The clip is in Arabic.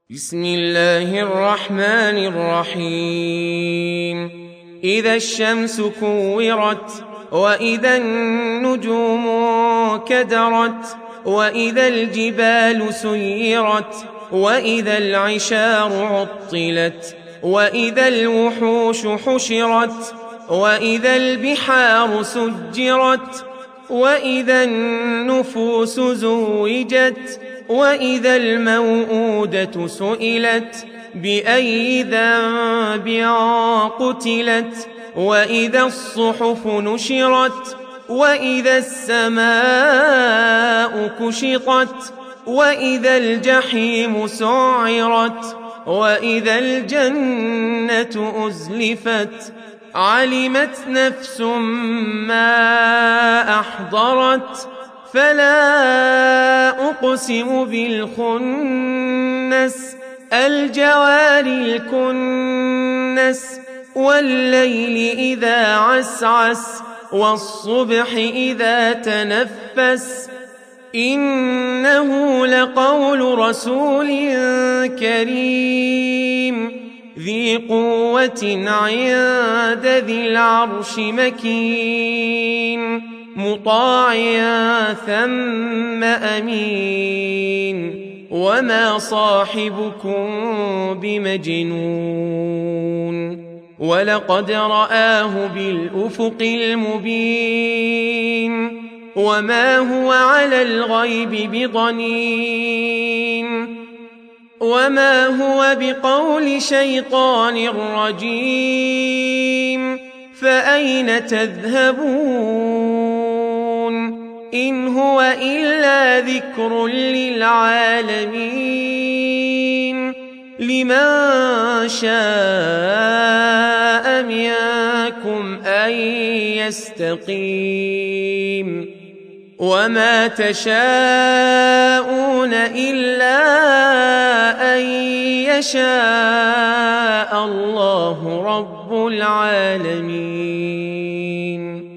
بسم الله الرحمن الرحيم إذا الشمس كورت وإذا النجوم كدرت وإذا الجبال سيرت وإذا العشار عطلت وإذا الوحوش حشرت وإذا البحار سجرت وإذا النفوس زوجت وإذا الموءودة سئلت بأي ذنب قتلت وإذا الصحف نشرت وإذا السماء كشطت وإذا الجحيم سعرت وإذا الجنة أزلفت علمت نفس ما أحضرت فلا أقسم بالخنس الجوار الكنس والليل إذا عسعس والصبح إذا تنفس إنه لقول رسول كريم ذي قوة عند ذي العرش مكين مطاع ثم أمين وما صاحبكم بمجنون ولقد رآه بالأفق المبين وما هو على الغيب بضنين وما هو بقول شيطان رجيم فأين تذهبون إن هو إلا ذكر للعالمين لمن شاء منكم أن يستقيم وما تشاءون إلا أن يشاء الله رب العالمين.